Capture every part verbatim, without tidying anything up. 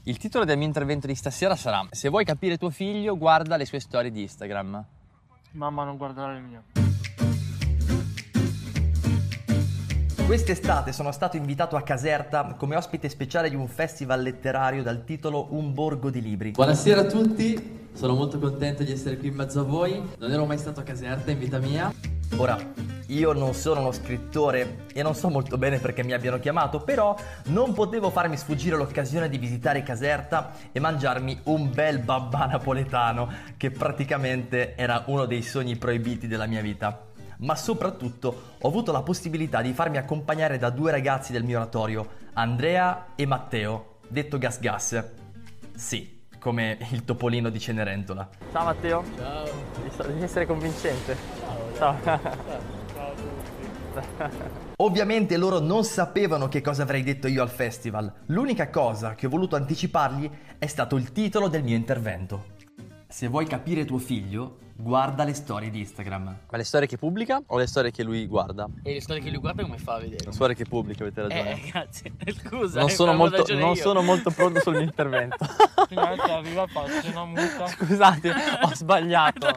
Il titolo del mio intervento di stasera sarà: se vuoi capire tuo figlio, guarda le sue storie di Instagram. Mamma, non guardare le mie. Quest'estate sono stato invitato a Caserta come ospite speciale di un festival letterario dal titolo Un borgo di libri. Buonasera a tutti, sono molto contento di essere qui in mezzo a voi. Non ero mai stato a Caserta in vita mia. Ora, io non sono uno scrittore e non so molto bene perché mi abbiano chiamato, però non potevo farmi sfuggire l'occasione di visitare Caserta e mangiarmi un bel babà napoletano, che praticamente era uno dei sogni proibiti della mia vita. Ma soprattutto ho avuto la possibilità di farmi accompagnare da due ragazzi del mio oratorio, Andrea e Matteo, detto Gas Gas. Sì, come il topolino di Cenerentola. Ciao Matteo. Ciao. Devi essere convincente. Ciao. Ciao. Ciao a tutti. Ovviamente loro non sapevano che cosa avrei detto io al festival. L'unica cosa che ho voluto anticipargli è stato il titolo del mio intervento. Se vuoi capire tuo figlio, guarda le storie di Instagram. Ma le storie che pubblica o le storie che lui guarda? E le storie che lui guarda come fa a vedere? Le storie che pubblica, avete ragione. Eh, grazie. Scusa. non eh, sono, avevo molto, ragione non io. sono molto pronto sul mio intervento. Finalmente arriva, faccio una multa. Scusate, ho sbagliato.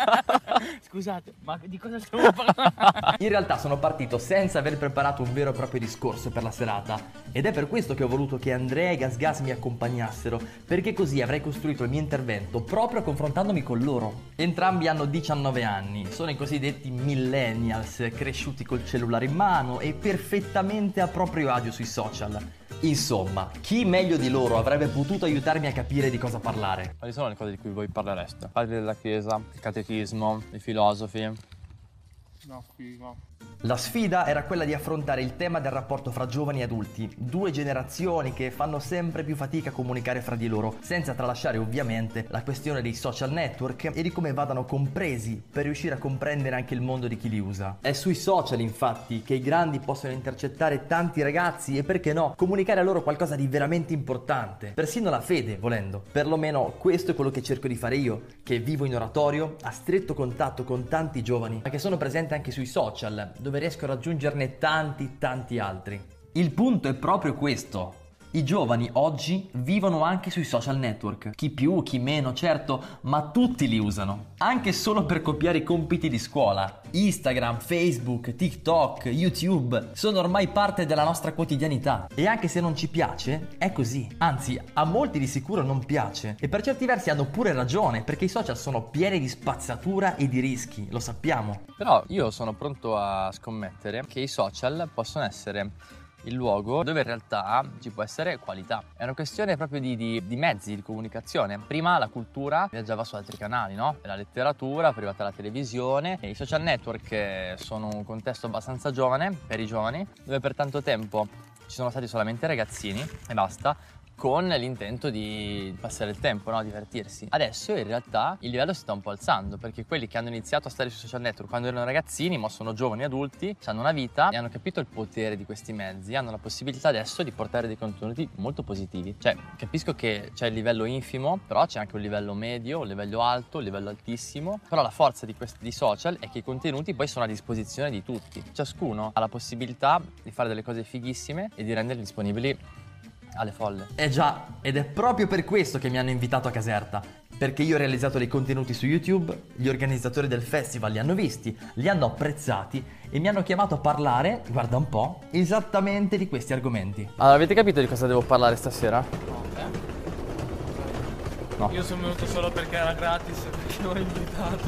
Scusate, ma di cosa stiamo parlando? In realtà sono partito senza aver preparato un vero e proprio discorso per la serata ed è per questo che ho voluto che Andrea e Gas Gas mi accompagnassero, perché così avrei costruito il mio intervento proprio confrontandomi con loro. Entrambi hanno diciannove anni, sono i cosiddetti millennials, cresciuti col cellulare in mano e perfettamente a proprio agio sui social. Insomma, chi meglio di loro avrebbe potuto aiutarmi a capire di cosa parlare? Quali sono le cose di cui voi parlereste? Parli della chiesa, il catechismo, i filosofi. No, figo. La sfida era quella di affrontare il tema del rapporto fra giovani e adulti, due generazioni che fanno sempre più fatica a comunicare fra di loro, senza tralasciare ovviamente la questione dei social network e di come vadano compresi per riuscire a comprendere anche il mondo di chi li usa. È sui social infatti che i grandi possono intercettare tanti ragazzi e, perché no, comunicare a loro qualcosa di veramente importante, persino la fede volendo. Perlomeno questo è quello che cerco di fare io, che vivo in oratorio a stretto contatto con tanti giovani, ma che sono presente anche sui social, dove riesco a raggiungerne tanti tanti altri. Il punto è proprio questo. I giovani oggi vivono anche sui social network, chi più, chi meno, certo, ma tutti li usano, anche solo per copiare i compiti di scuola. Instagram, Facebook, TikTok, YouTube sono ormai parte della nostra quotidianità e anche se non ci piace, è così. Anzi, a molti di sicuro non piace e per certi versi hanno pure ragione, perché i social sono pieni di spazzatura e di rischi, lo sappiamo. Però io sono pronto a scommettere che i social possono essere il luogo dove in realtà ci può essere qualità. È una questione proprio di, di, di mezzi di comunicazione. Prima la cultura viaggiava su altri canali, no? La letteratura, è arrivata la televisione e i social network sono un contesto abbastanza giovane per i giovani, dove per tanto tempo ci sono stati solamente ragazzini e basta, con l'intento di passare il tempo, no? Divertirsi. Adesso in realtà il livello si sta un po' alzando, perché quelli che hanno iniziato a stare sui social network quando erano ragazzini, ma sono giovani adulti, hanno una vita e hanno capito il potere di questi mezzi, hanno la possibilità adesso di portare dei contenuti molto positivi. Cioè, capisco che c'è il livello infimo, però c'è anche un livello medio, un livello alto, un livello altissimo. Però la forza di questi social è che i contenuti poi sono a disposizione di tutti. Ciascuno ha la possibilità di fare delle cose fighissime e di renderli disponibili alle folle. Eh già, ed è proprio per questo che mi hanno invitato a Caserta, perché io ho realizzato dei contenuti su YouTube, gli organizzatori del festival li hanno visti, li hanno apprezzati e mi hanno chiamato a parlare, guarda un po', esattamente di questi argomenti. Allora, avete capito di cosa devo parlare stasera? No, eh? No. Io sono venuto solo perché era gratis, perché ho invitato.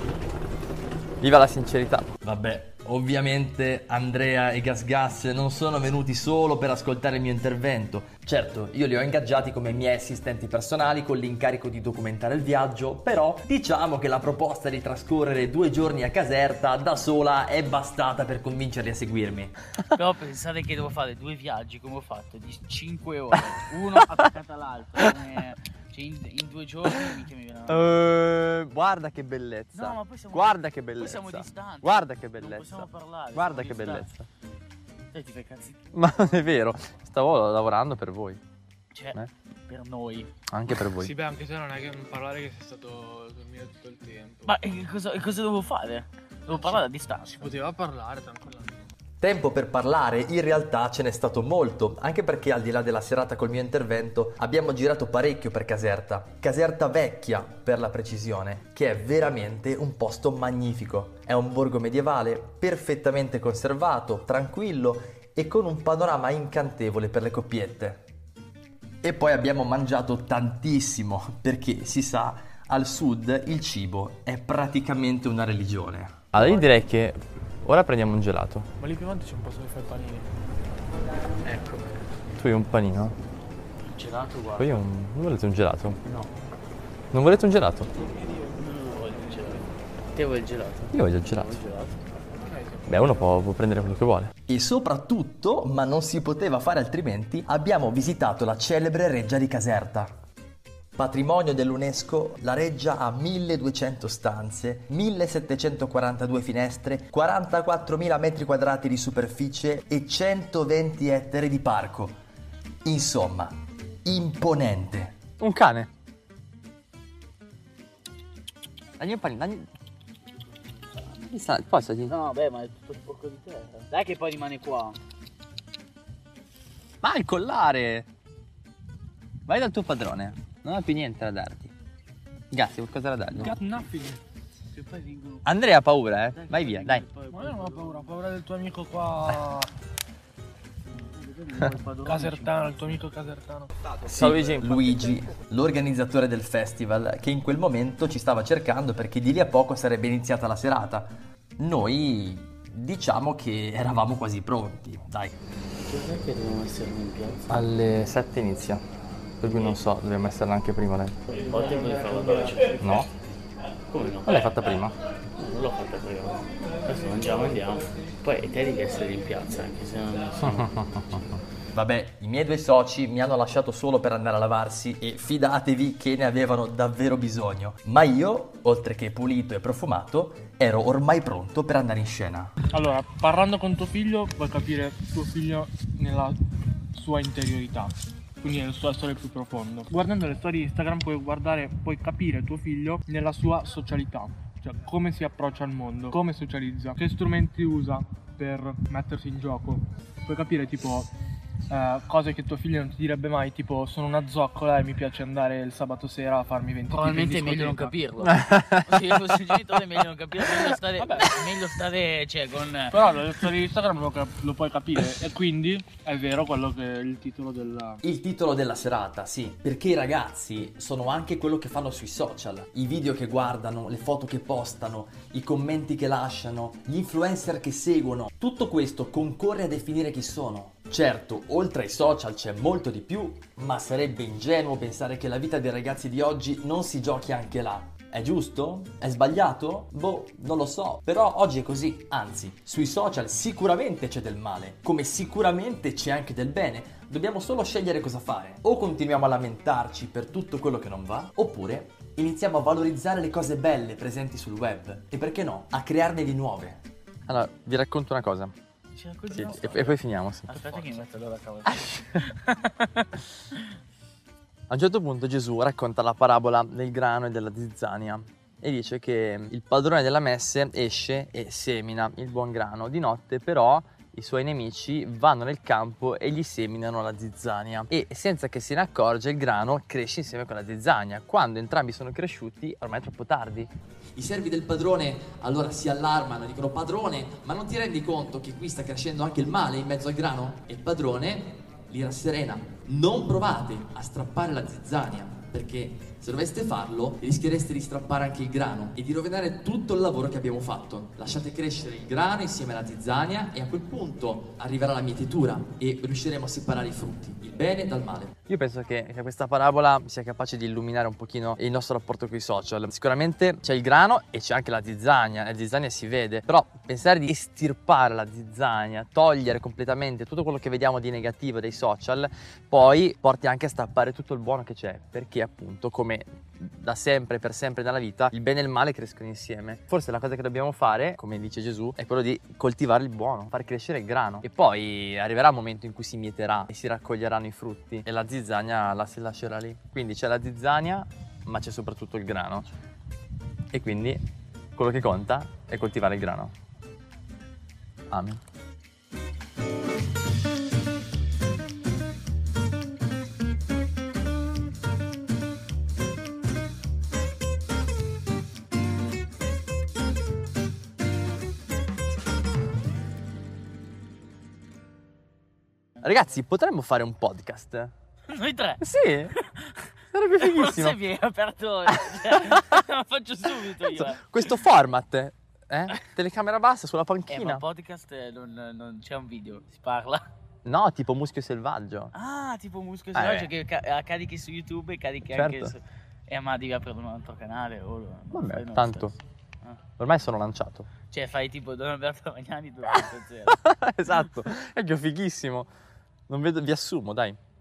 Viva la sincerità. Vabbè, ovviamente Andrea e Gas Gas non sono venuti solo per ascoltare il mio intervento. Certo, io li ho ingaggiati come miei assistenti personali con l'incarico di documentare il viaggio, però diciamo che la proposta di trascorrere due giorni a Caserta da sola è bastata per convincerli a seguirmi. Però pensate che devo fare due viaggi come ho fatto di cinque ore, uno attaccato all'altro, come... cioè in, in due giorni mica mi viene Uh, guarda che bellezza. No, ma poi siamo- Guarda che poi bellezza. siamo distanti. Guarda che Non bellezza. possiamo parlare, Guarda siamo che distanti. bellezza. Dai, ti fai cazzi. Ma non è vero. Stavo lavorando per voi. Cioè, Eh? per noi. Anche per voi. Sì, beh, anche te non è che non parlare che sei stato dormire tutto il tempo. Ma e cosa, e cosa devo fare? Devo parlare a distanza. Si poteva parlare tranquillamente. Tempo per parlare, in realtà ce n'è stato molto, anche perché al di là della serata col mio intervento abbiamo girato parecchio per Caserta. Caserta Vecchia, per la precisione, che è veramente un posto magnifico. È un borgo medievale perfettamente conservato, tranquillo e con un panorama incantevole per le coppiette. E poi abbiamo mangiato tantissimo, perché si sa, al sud il cibo è praticamente una religione. Allora io direi che ora prendiamo un gelato. Ma lì più avanti c'è un posto che fa i panini. Ecco, Tu hai un panino? gelato guarda. Poi io un... non volete un gelato? No, Non volete un gelato? non voglio il gelato. Te vuoi il gelato? Io voglio il gelato. Vuoi il gelato? Beh, uno può, può prendere quello che vuole. E soprattutto, ma non si poteva fare altrimenti, abbiamo visitato la celebre Reggia di Caserta. Patrimonio dell'UNESCO, la Reggia ha milleduecento stanze, millesettecentoquarantadue finestre, quarantaquattromila metri quadrati di superficie e centoventi ettari di parco. Insomma, imponente. Un cane. Dagli un panino, dagli... Dagli sta- Spostati. No, beh, ma è tutto sporco di terra. Dai che poi rimane qua. Ma il collare! Vai dal tuo padrone. Non ha più niente da darti. Gassi, qualcosa da dargli? Got nothing. Che poi vengono. Andrea ha paura, eh? Dai, Vai che via, vengono dai. poi- Ma io non ho paura, ho paura del tuo amico qua. Casertano, il tuo amico casertano. Sì, Luigi. Luigi, l'organizzatore del festival, che in quel momento ci stava cercando perché di lì a poco sarebbe iniziata la serata. Noi diciamo che eravamo quasi pronti, dai. Cos'è che dobbiamo essere in piazza? Alle sette inizia. Per cui non so, dobbiamo essere anche prima lei. Ho tempo di fare la doccia. No? Come no? Non l'hai fatta prima? Non l'ho fatta prima. Adesso mangiamo, andiamo. Poi te devi essere in piazza, anche se non sono. Vabbè, i miei due soci mi hanno lasciato solo per andare a lavarsi e fidatevi che ne avevano davvero bisogno. Ma io, oltre che pulito e profumato, ero ormai pronto per andare in scena. Allora, parlando con tuo figlio, puoi capire tuo figlio nella sua interiorità. Quindi nella sua storia più profonda. Guardando le storie Instagram puoi guardare, puoi capire tuo figlio nella sua socialità. Cioè come si approccia al mondo, come socializza, che strumenti usa per mettersi in gioco. Puoi capire tipo eh, cose che tuo figlio non ti direbbe mai, tipo sono una zoccola e mi piace andare il sabato sera a farmi venti Probabilmente è in meglio non discoteca. capirlo. Se io fossi il genitore è meglio non capirlo. È meglio stare, Vabbè. è meglio stare cioè, con. Però nelle storie Instagram lo, cap- lo puoi capire e quindi è vero quello che è il titolo della... Il titolo della serata, sì, perché i ragazzi sono anche quello che fanno sui social, i video che guardano, le foto che postano, i commenti che lasciano, gli influencer che seguono, tutto questo concorre a definire chi sono. Certo, oltre ai social c'è molto di più, ma sarebbe ingenuo pensare che la vita dei ragazzi di oggi non si giochi anche là. È giusto? È sbagliato? Boh, non lo so. Però oggi è così. Anzi, sui social sicuramente c'è del male, come sicuramente c'è anche del bene. Dobbiamo solo scegliere cosa fare. O continuiamo a lamentarci per tutto quello che non va, oppure iniziamo a valorizzare le cose belle presenti sul web. E perché no? A crearne di nuove. Allora, vi racconto una cosa. Ci racconti Sì, una e, storia? e poi finiamo, sì. Aspetta che mi metto allora a cavolo. A un certo punto Gesù racconta la parabola del grano e della zizzania e dice che il padrone della messe esce e semina il buon grano. Di notte però i suoi nemici vanno nel campo e gli seminano la zizzania e senza che se ne accorge il grano cresce insieme con la zizzania. Quando entrambi sono cresciuti ormai è troppo tardi. I servi del padrone allora si allarmano, dicono: padrone, ma non ti rendi conto che qui sta crescendo anche il male in mezzo al grano? E il padrone li rasserena: non provate a strappare la zizzania, perché se doveste farlo rischiereste di strappare anche il grano e di rovinare tutto il lavoro che abbiamo fatto. Lasciate crescere il grano insieme alla zizzania e a quel punto arriverà la mietitura e riusciremo a separare i frutti, il bene dal male. Io penso che, che questa parabola sia capace di illuminare un pochino il nostro rapporto con i social. Sicuramente c'è il grano e c'è anche la zizzania, la zizzania si vede, però pensare di estirpare la zizzania, togliere completamente tutto quello che vediamo di negativo dai social, poi porti anche a strappare tutto il buono che c'è, perché appunto come da sempre, per sempre nella vita, il bene e il male crescono insieme. Forse la cosa che dobbiamo fare, come dice Gesù, è quello di coltivare il buono, far crescere il grano e poi arriverà il momento in cui si mieterà e si raccoglieranno i frutti e la zizzania la si lascerà lì. Quindi c'è la zizzania ma c'è soprattutto il grano e quindi quello che conta è coltivare il grano. Amen. Ragazzi, potremmo fare un podcast? Noi tre. Sì, sarebbe fighissimo. Forse viene aperto. Cioè, lo faccio subito io. eh. Questo format, eh? Telecamera bassa sulla Eh, panchina. ma podcast eh, non, non c'è un video, si parla. No, tipo Muschio Selvaggio. Ah, tipo Muschio Eh, Selvaggio beh. che ca- ah, carichi su YouTube e carichi Certo. anche su... Eh, ma devi aprire un altro canale o lo- lo Vabbè, fai lo tanto. stesso. Ah. Ormai sono lanciato. Cioè fai tipo Don Alberto Magnani due punto zero. Esatto, è che fighissimo. Non vedo, vi assumo, dai.